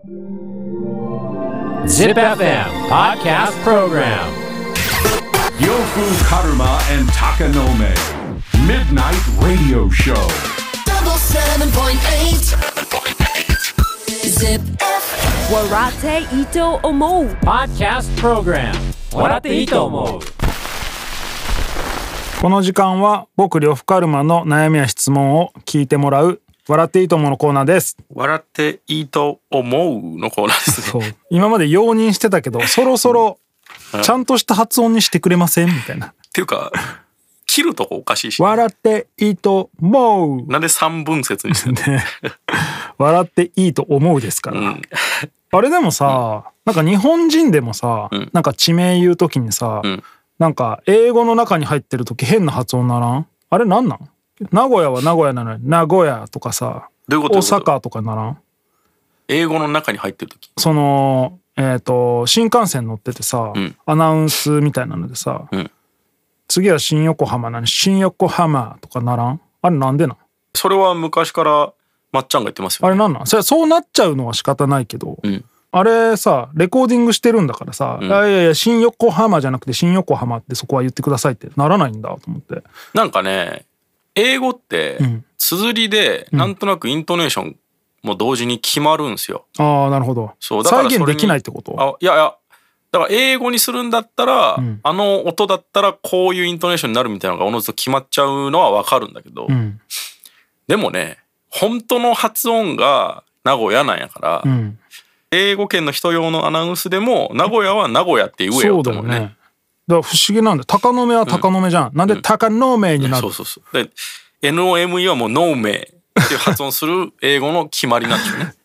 Zip FM Podcast Program Yofu Karuma and Takanome Midnight Radio Show. Double 7.8 Zip FM Warate Ito Omo Podcast Program 笑っていいと思う。 この時間は僕呂布カルマの悩みや質問を聞いてもらう笑っていいと思うのコーナーです。 笑っていいと思うのコーナーですね。 そう今まで容認してたけどそろそろちゃんとした発音にしてくれませんみたいな。 っていうか切るとこおかしいし、 笑っていいと思うなんで三分節にしてんのね笑っていいと思うですから、あれでもさ、なんか日本人でもさ、なんか地名言うときにさ、なんか英語の中に入ってるとき変な発音ならん？あれなんなん？名古屋は名古屋なのに名古屋とかさ、 どういうこと大阪とかならん？ 英語の中に入ってるとき、 その新幹線乗っててさ、アナウンスみたいなのでさ、次は新横浜なのに新横浜とかならん？あれなんでなん？ それは昔からまっちゃんが言ってますよね。 あれなんなん？そうなっちゃうのは仕方ないけど、あれさレコーディングしてるんだからさ、いやいや新横浜じゃなくて新横浜ってそこは言ってくださいってならないんだと思って。 なんかね、英語って綴りでなんとなくイントネーションも同時に決まるんですよ。 ああなるほど。 そうだから再現できないってこと？ あ、いやいや、だから英語にするんだったら、あの音だったらこういうイントネーションになるみたいなのがおのずと決まっちゃうのはわかるんだけど、でもね、本当の発音が名古屋なんやから、英語圏の人用のアナウンスでも名古屋は名古屋って言えよと思うね。 そうだよね。だから不思議なんだよ。高野目は高野目じゃん。なんで高野目になる？ そうそうそう。で NOME はもうノーメっていう発音する英語の決まりなんですよね。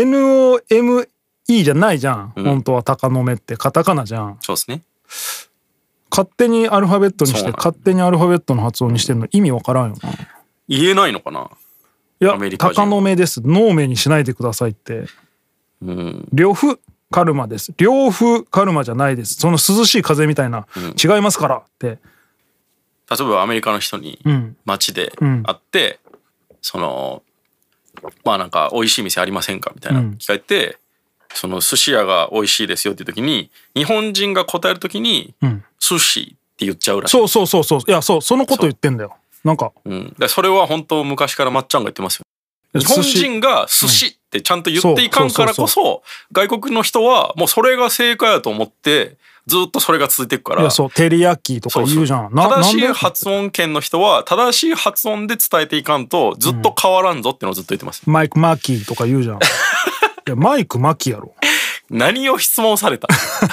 NOME じゃないじゃん、本当は高野目ってカタカナじゃん。 そうですね。 勝手にアルファベットにして勝手にアルファベットの発音にしてるの意味わからんよな。 言えないのかな。 いやアメリカ人高野目です、ノーメにしないでくださいって。呂布カルマです、呂布カルマじゃないです、その涼しい風みたいな、違いますからって。 例えばアメリカの人に街で会って、そのまあなんか美味しい店ありませんかみたいな聞かれて、その寿司屋が美味しいですよっていう時に日本人が答える時に寿司って言っちゃうらしい。 そういやそうそのこと言ってんだよ。なんか、 それは本当昔からまっちゃんが言ってますよ。日本人が寿司ってちゃんと言っていかんからこそ外国の人はもうそれが正解だと思ってずっとそれが続いていくから。 いやそう照り焼きとか言うじゃん。 正しい発音圏の人は正しい発音で伝えていかんとずっと変わらんぞってのをずっと言ってます。 マイク・マキーとか言うじゃん。いやマイク・マキやろ。 何を質問された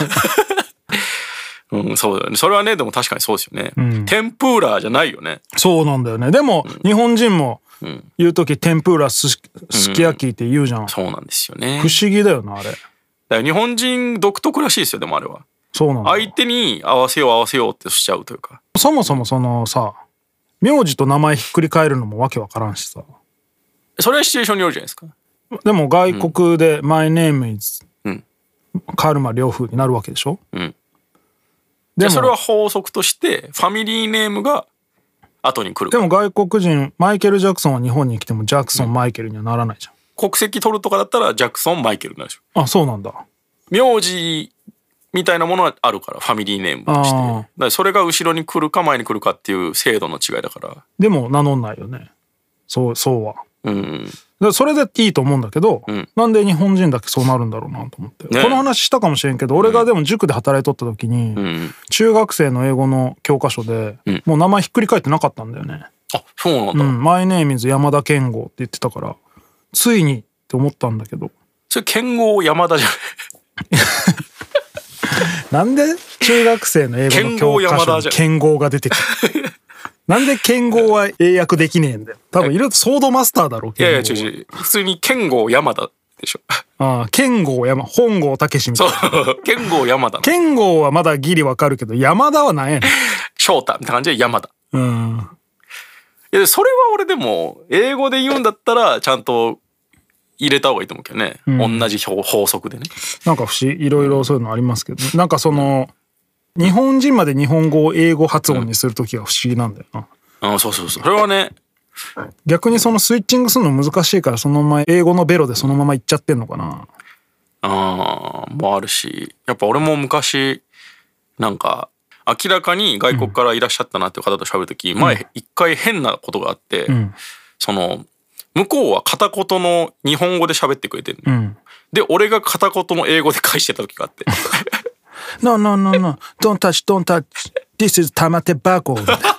そうだよね。それはね、でも確かにそうですよね。天ぷらじゃないよね。 そうなんだよね。でも、日本人も言う時天ぷらすき焼きって言うじゃん。 そうなんですよね。 不思議だよなあれ。だから日本人独特らしいですよ。でもあれはそうなんだ。 相手に合わせようってしちゃうというか。 そもそもそのさ、名字と名前ひっくり返るのもわけわからんしさ。それはシチュエーションによるじゃないですか。 でも外国で My name is カルマ呂布になるわけでしょ。 でもそれは法則としてファミリーネームが後に来る。 でも外国人マイケル・ジャクソンは日本に来てもジャクソン・マイケルにはならないじゃん。 国籍取るとかだったらジャクソン・マイケルになるでしょ。 あ、そうなんだ。 名字みたいなものはあるからファミリーネームとして。だからそれが後ろに来るか前に来るかっていう制度の違いだから。 でも名乗んないよね。そうは。それでいいと思うんだけど、なんで日本人だけそうなるんだろうなと思って、この話したかもしれんけど、俺がでも塾で働いとった時に、中学生の英語の教科書で、もう名前ひっくり返ってなかったんだよね。 あ、そうなんだ。 マイネームイズ山田健吾って言ってたからついにって思ったんだけど、 それ健吾山田じゃないなんで中学生の英語の教科書に健吾が出てくるなんで剣豪は英訳できねえんだよ。多分いろいろソードマスターだろう。 いや違う普通に剣豪山田でしょ。 ああ、剣豪山、本郷武史みたいな。 そう剣豪山田。 剣豪はまだギリわかるけど山田は何やねん。 翔太みたいな感じで山田。いやそれは俺でも英語で言うんだったらちゃんと入れた方がいいと思うけどね。同じ法則でね。 なんかいろいろそういうのありますけど、なんかその日本人まで日本語を英語発音にするときは不思議なんだよな。 そうそれはね。 逆にそのスイッチングするの難しいからそのまま英語のベロでそのままいっちゃってんのかな。 もあるし、やっぱ俺も昔なんか明らかに外国からいらっしゃったなっていう方と喋るとき、前一回変なことがあって、その向こうは片言の日本語で喋ってくれてる、で俺が片言の英語で返してた時があって No, no, no, no. Don't touch, don't touch. This is 玉手箱。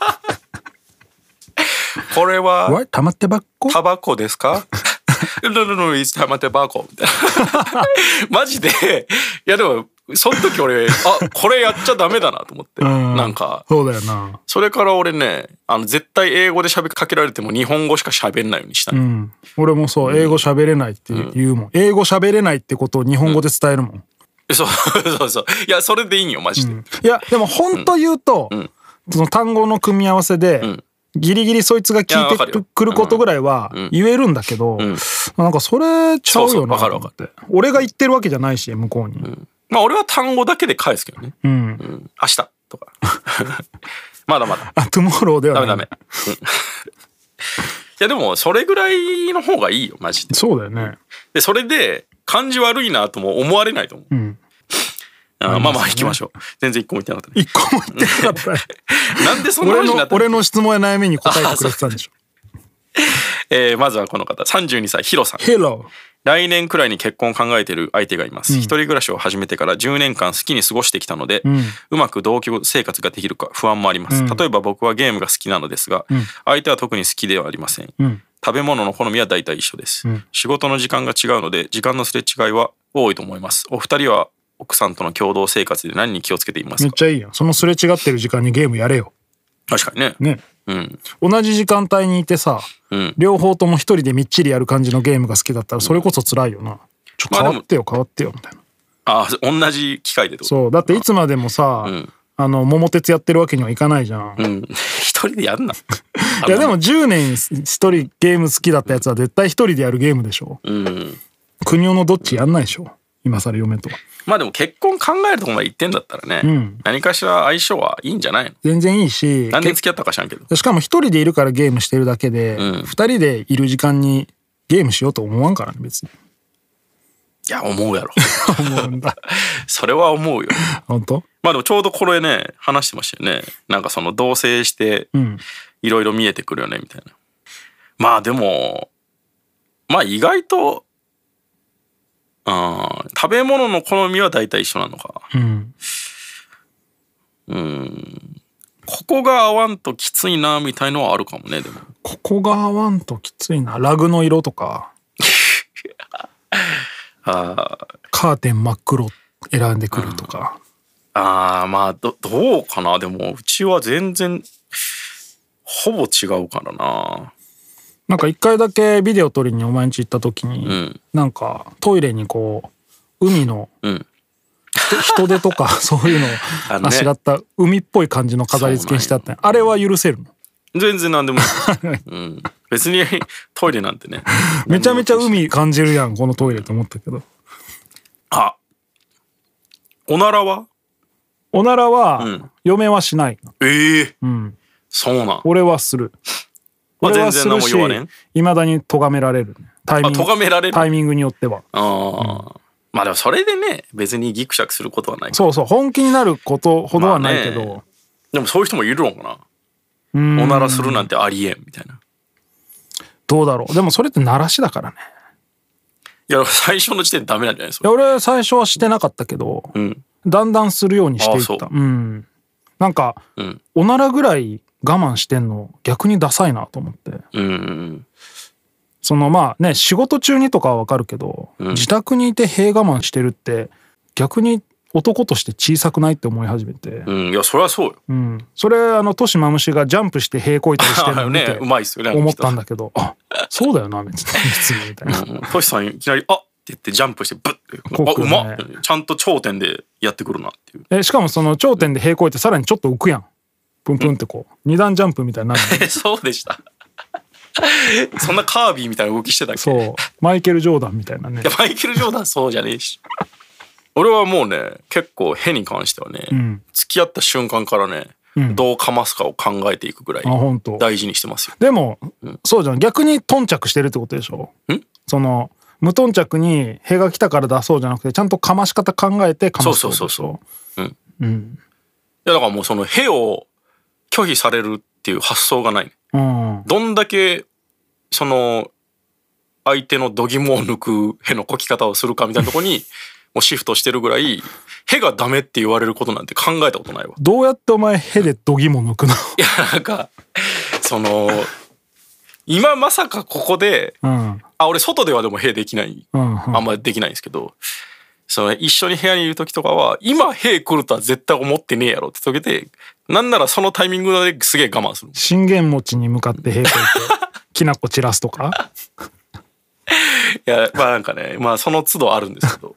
これは What? 玉手箱？ タバコですか？No, no, no, it's 玉手箱みたいな。マジで、いやでも、その時俺、これやっちゃダメだなと思って。なんか、 そうだよな。 それから俺ね、絶対英語で喋りかけられても日本語しか喋んないようにしたね。 俺もそう、英語喋れないって言うもん。英語喋れないってことを日本語で伝えるもん。 そうそうそう。いや、それでいいんよ、マジで。 いや、でも本当言うと、その単語の組み合わせで、ギリギリそいつが聞いてくることぐらいは言えるんだけど、なんかそれちゃうよなと思って。俺が言ってるわけじゃないし、向こうに。 まあ俺は単語だけで返すけどね。明日とか。まだまだ。 トゥモローではない。 ダメ。いやでもそれぐらいの方がいいよ、マジで。 そうだよね。 で、それで感じ悪いなとも思われないと思う。まあ行きましょう。全然一個も言ってなかったね。 一個も言ってなかったね。 なんでそんな話になったの？ 俺の質問や悩みに答えてくれてたんでしょ。 まずはこの方、32歳、ヒロさん。 ヒロ。 来年くらいに結婚を考えている相手がいます。一人暮らしを始めてから10年間好きに過ごしてきたので、うまく同居生活ができるか不安もあります。例えば僕はゲームが好きなのですが、相手は特に好きではありません。食べ物の好みは大体一緒です。仕事の時間が違うので、時間のすれ違いは多いと思います。お二人は奥さんとの共同生活で何に気をつけていますか？ めっちゃいいやん。そのすれ違ってる時間にゲームやれよ。 確かにね。 ね。同じ時間帯にいてさ、両方とも一人でみっちりやる感じのゲームが好きだったらそれこそ辛いよな。変わってよ変わってよみたいな。 同じ機会でってこと？ そうだっていつまでもさ、桃鉄やってるわけにはいかないじゃん。 一人でやんな。 いやでも10年一人ゲーム好きだったやつは絶対一人でやるゲームでしょ。国男のどっちやんないでしょ。今更嫁とは。 まあでも結婚考えるとこまで言ってんだったらね、何かしら相性はいいんじゃないの？ 全然いいし、 何年付き合ったか知らんけど、 しかも一人でいるからゲームしてるだけで、二人でいる時間にゲームしようと思わんからね別に。 いや思うやろ。 思うんだ。 それは思うよ。 本当？ まあでもちょうどこれね話してましたよね。なんかその同棲していろいろ見えてくるよねみたいな。まあでもまあ意外と食べ物の好みは大体一緒なのか。ここが合わんときついなみたいのはあるかもね。でもここが合わんときついな。ラグの色とかカーテン真っ黒選んでくるとか。 まあどうかな。でもうちは全然ほぼ違うからな。 なんか一回だけビデオ撮りにお前ん家行った時に、なんかトイレにこう海の人手とかそういうのをあしらった海っぽい感じの飾り付けにしてあった。あれは許せるの？ 全然なんでも別にトイレなんてね。 めちゃめちゃ海感じるやんこのトイレと思ったけど。 おならは？ おならは嫁はしない。 そうなん。 俺はする。俺はするし、いまだに咎められる。タイミングによっては。 まあでもそれでね別にギクシャクすることはないから。 そうそう本気になることほどはないけど、 でもそういう人もいるのかな。おならするなんてありえんみたいな。 どうだろう。でもそれって鳴らしだからね。 いや最初の時点でダメなんじゃないですか。 俺最初はしてなかったけど、だんだんするようにしていった。なんか、おならぐらい我慢してんの逆にダサいなと思って。そのまあね仕事中にとかはわかるけど、自宅にいて塀我慢してるって逆に男として小さくないって思い始めて。 いやそれはそうよ。 それトシマムシがジャンプして塀こいたりしてるの見て思ったんだけど、そうだよな別にみたいな。 トシさんいきなりって言ってジャンプしてブッてうまっ、ちゃんと頂点でやってくるなっていう。 しかもその頂点で塀こいてさらにちょっと浮くやん。プンプンってこう二段ジャンプみたいになる。 そうでした。そんなカービィみたいな動きしてたっけ？ そうマイケル・ジョーダンみたいなね。 いやマイケル・ジョーダンそうじゃねえし。俺はもうね結構へに関してはね、付き合った瞬間からね、どうかますかを考えていくぐらい大事にしてますよ。 でも、そうじゃん逆に頓着してるってことでしょ。その無頓着に塀が来たから出そうじゃなくてちゃんとかまし方考えてかますってことでしょ。 いやだからもうその塀を拒否されるっていう発想がない、ね、どんだけその相手の度肝を抜く塀のこき方をするかみたいなところにもうシフトしてるぐらい塀がダメって言われることなんて考えたことないわ。 どうやってお前塀で度肝抜くの？いやなんかその今まさかここで、俺外ではでも塀できない、あんまりできないんですけど、その一緒に部屋にいる時とかは今塀来るとは絶対思ってねえやろって時で、なんならそのタイミングですげえ我慢する。 信玄餅に向かって塀越えてきな粉散らすとかいやまあなんかね、まあその都度あるんですけど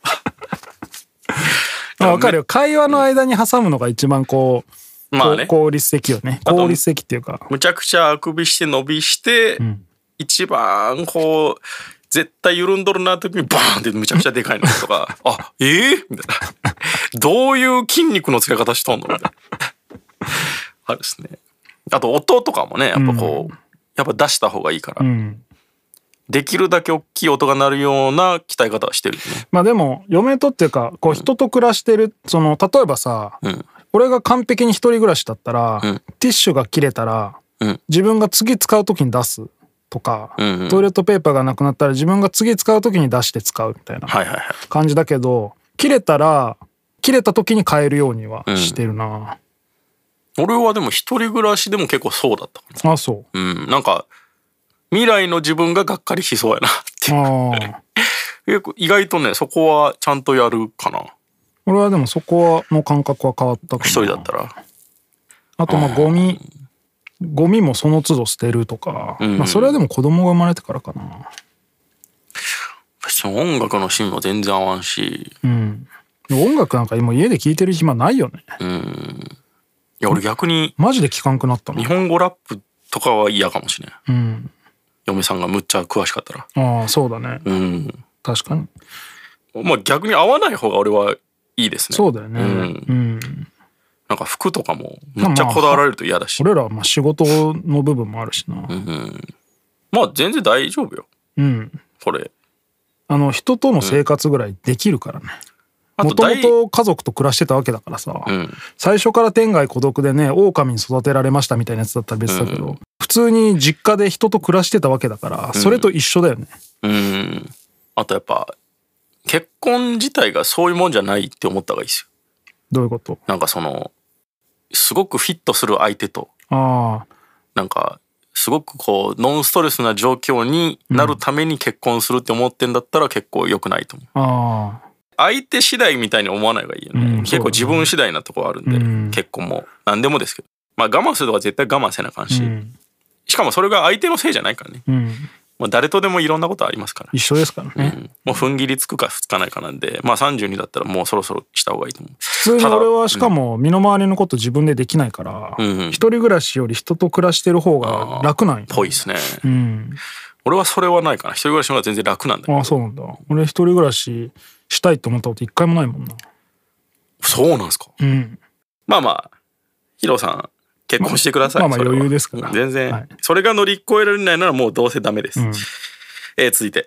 わかるよ。会話の間に挟むのが一番こうまあね、効率的よね。効率的っていうかむちゃくちゃあくびして伸びして、一番こう絶対緩んどるな時にバーンってむちゃくちゃでかいのとかあみたいなどういう筋肉の使い方しとんのみたいなあるですね。あと音とかもねやっぱこう、やっぱ出した方がいいから、できるだけ大きい音が鳴るような鍛え方はしてるよね。 まあでも嫁とっていうかこう人と暮らしてるその例えばさ、俺が完璧に一人暮らしだったら、ティッシュが切れたら、自分が次使う時に出すとか、トイレットペーパーがなくなったら自分が次使う時に出して使うみたいな感じだけど、切れたら切れた時に変えるようにはしてるな。 俺はでも一人暮らしでも結構そうだったかな。 あ、そう。 なんか未来の自分ががっかりしそうやなっていう意外とねそこはちゃんとやるかな。 俺はでもそこの感覚は変わったかな。 一人だったら。 あとまあゴミもその都度捨てるとか、まあそれはでも子供が生まれてからかな。 別に音楽の趣味も全然合わんし、 音楽なんか今家で聴いてる暇ないよね。 いや俺逆にマジで聴かんくなったの。 日本語ラップとかは嫌かもしれん。嫁さんがむっちゃ詳しかったら。 ああそうだね。確かに。 まあ逆に合わない方が俺はいいですね。 そうだよね。 なんか服とかもめっちゃこだわられると嫌だし。 俺らはまあ仕事の部分もあるしな。 まあ全然大丈夫よ。これ。 人との生活ぐらいできるからね。もともと家族と暮らしてたわけだからさ、最初から天涯孤独でね狼に育てられましたみたいなやつだったら別だけど、普通に実家で人と暮らしてたわけだからそれと一緒だよね。 あとやっぱ結婚自体がそういうもんじゃないって思った方がいいですよ。 どういうこと？ なんかそのすごくフィットする相手と、なんかすごくこうノンストレスな状況になるために結婚するって思ってんだったら結構良くないと思う。相手次第みたいに思わない方がいいよね。結構自分次第なとこあるんで、結婚も何でもですけど、まあ我慢するとか絶対我慢せなあかんし、しかもそれが相手のせいじゃないからね。まあ誰とでもいろんなことありますから。 一緒ですからね。 もう踏ん切りつくかつかないかなんで、まあ32だったらもうそろそろした方がいいと思う。 普通に俺はしかも身の回りのこと自分でできないから、一人暮らしより人と暮らしてる方が楽なんよ。 ぽいですね。俺はそれはないかな。一人暮らしの方が全然楽なんだけど。 あ、そうなんだ。俺一人暮らししたいと思ったこと一回もないもんな。 そうなんですか。まあまあヒロさん結婚してください。 まあまあ余裕ですから。 全然、それが乗り越えられないならもうどうせダメです。続いて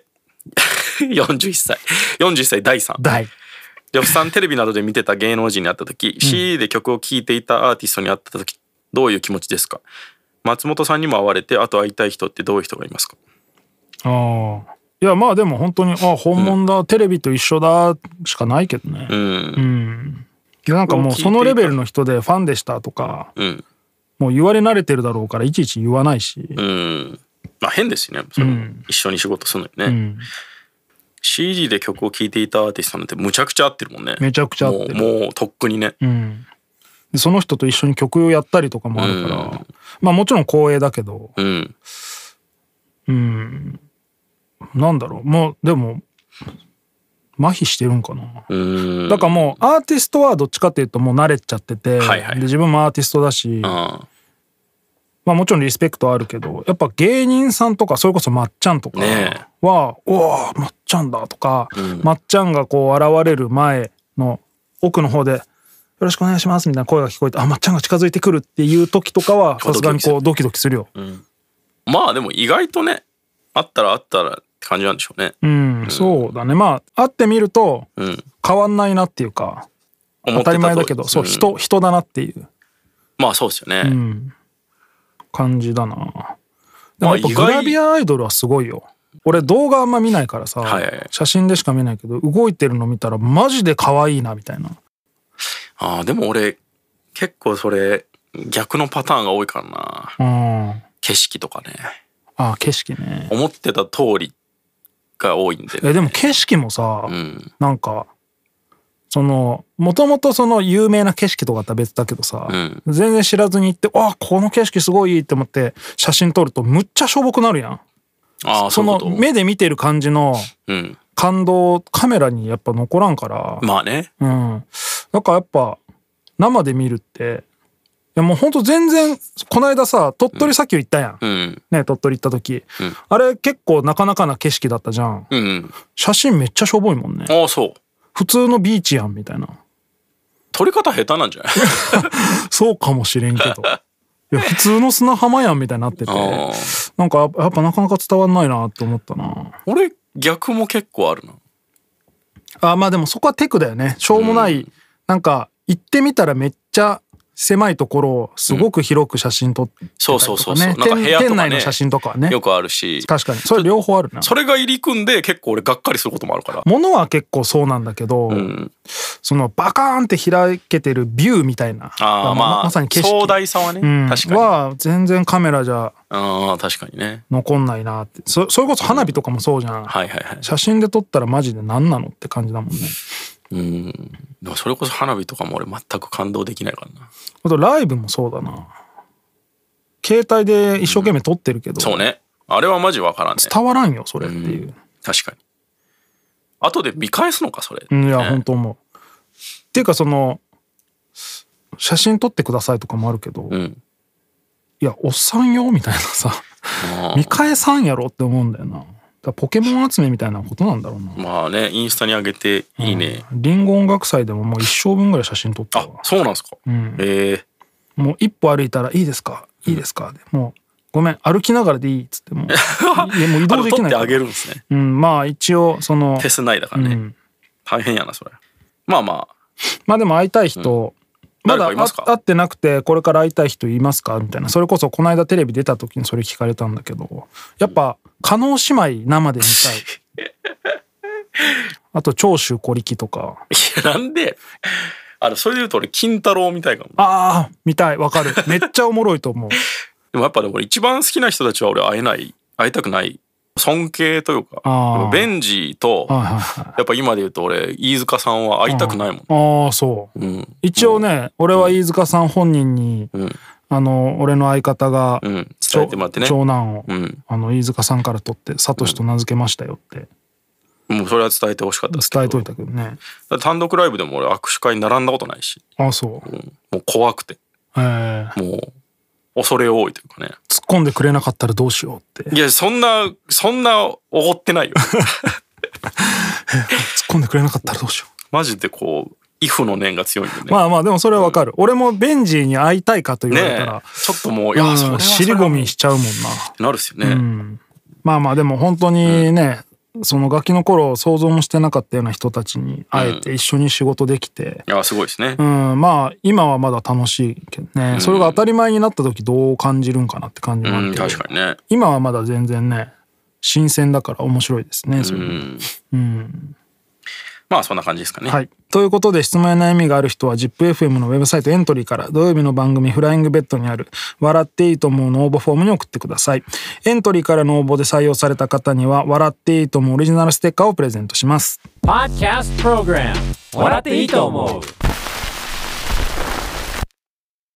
41歳第3。呂布さんテレビなどで見てた芸能人に会った時、CD で曲を聴いていたアーティストに会った時どういう気持ちですか？松本さんにも会われてあと会いたい人ってどういう人がいますか？ いやまあでも本当に本物だ、テレビと一緒だしかないけどね。なんかもうそのレベルの人でファンでしたとか、もう言われ慣れてるだろうからいちいち言わないし。 まあ変ですよね。一緒に仕事するのよね。CD で曲を聴いていたアーティストなんてむちゃくちゃ合ってるもんね。 めちゃくちゃ合ってる。 もうとっくにね。 でその人と一緒に曲をやったりとかもあるから、まあもちろん光栄だけど、なんだろう、もうでも麻痺してるんかな。だからもうアーティストはどっちかっていうともう慣れちゃってて、で自分もアーティストだし、まあもちろんリスペクトあるけど、やっぱ芸人さんとかそれこそまっちゃんとかは、おおまっちゃんだとか、まっちゃんがこう現れる前の奥の方でよろしくお願いしますみたいな声が聞こえて、あ、まっちゃんが近づいてくるっていう時とかはさすがにこうドキドキするよ。 まあでも意外とね、あったら感じなんでしょうね。 そうだね。まあ会ってみると変わんないなっていうか、当たり前だけど、そう、人だなっていう。 まあそうですよね。 感じだな。でもやっぱグラビアアイドルはすごいよ。俺動画あんま見ないからさ、写真でしか見ないけど、動いてるの見たらマジで可愛いなみたいな。 でも俺結構それ逆のパターンが多いからな。景色とかね。 景色ね。 思ってた通りが多いんで、ね。 でも景色もさ、なんかもともとその有名な景色とかだったら別だけどさ、全然知らずに行って、この景色すごいって思って写真撮るとむっちゃしょぼくなるやん。その目で見てる感じの感動カメラにやっぱ残らんから。 まあね。 だからやっぱ生で見るって、いやもうほんと全然、この間さ鳥取砂丘行ったやん、ね、鳥取行った時、あれ結構なかなかな景色だったじゃん、写真めっちゃしょぼいもんね。 そう普通のビーチやんみたいな。 撮り方下手なんじゃない？ そうかもしれんけど、いや普通の砂浜やんみたいになってて、なんかやっぱなかなか伝わんないなって思ったな。 俺逆も結構あるな。まあでもそこはテクだよね。しょうもない、なんか行ってみたらめっちゃ狭いところをすごく広く写真撮ってたりとかね。店内の写真とかはねよくあるし、 確かにそれ両方あるな。 それが入り組んで結構俺がっかりすることもあるから。 物は結構そうなんだけど、そのバカーンって開けてるビューみたいな、まさに景色、 壮大さはね、確かには全然カメラじゃ確かにね残んないなって。それこそ花火とかもそうじゃん、写真で撮ったらマジで何なのって感じだもんね。 でもそれこそ花火とかも俺全く感動できないからな。 あとライブもそうだな。携帯で一生懸命撮ってるけど、 そうね、あれはマジわからんね。 伝わらんよそれっていう。 確かに後で見返すのかそれ、 いや本当思う。っていうか写真撮ってくださいとかもあるけど、いやおっさんよみたいなさ、見返さんやろって思うんだよな。ポケモン集めみたいなことなんだろうな。 まあね、インスタに上げていいね。 リンゴ音楽祭でももう一生分ぐらい写真撮ったわ。 そうなんですか。 もう一歩歩いたらいいですかいいですかで、もうごめん歩きながらでいいっつってもうもう移動できないから。 撮ってあげるんですね。 まあ一応フェス内だからね、大変やなそれ。まあでも会いたい人、まだ会ってなくてこれから会いたい人いますかみたいな。それこそこの間テレビ出た時にそれ聞かれたんだけど、やっぱ叶姉妹生で見たい。あと長州小力とか。 いやなんでそれで言うと俺金太郎見たいかも。 見たい、わかる。めっちゃおもろいと思う。 でもやっぱ俺一番好きな人たちは俺会いたくない尊敬というか、ベンジーとやっぱ今で言うと俺飯塚さんは会いたくないもん。そう、一応ね俺は飯塚さん本人に、俺の相方が、 伝えてもらってね、 長男を、飯塚さんから取ってサトシと名付けましたよって、 もうそれは伝えてほしかったですけど。 伝えといたけどね。 単独ライブでも俺握手会に並んだことないし。 そう、 もう怖くて、もう恐れ多いというかね。 突っ込んでくれなかったらどうしようって。 いやそんなおごってないよ。突っ込んでくれなかったらどうしよう。 マジでイフの念が強いんでね。 まあでもそれはわかる、俺もベンジーに会いたいかと言われたら、 ちょっともう尻込みしちゃうもんなるっすよね。 まあでも本当にね、そのガキの頃想像もしてなかったような人たちに会えて一緒に仕事できて、 いやすごいですね。 まあ今はまだ楽しいけどね、それが当たり前になった時どう感じるんかなって感じもあるけど、 確かにね。 今はまだ全然ね新鮮だから面白いですね。 まあそんな感じですかね。 はい。ということで質問や悩みがある人は ZIPFM のウェブサイトエントリーから土曜日の番組フライングベッドにある笑っていいと思うの応募フォームに送ってください。エントリーからの応募で採用された方には笑っていいと思うオリジナルステッカーをプレゼントします。 Podcast Program 笑っていいと思う。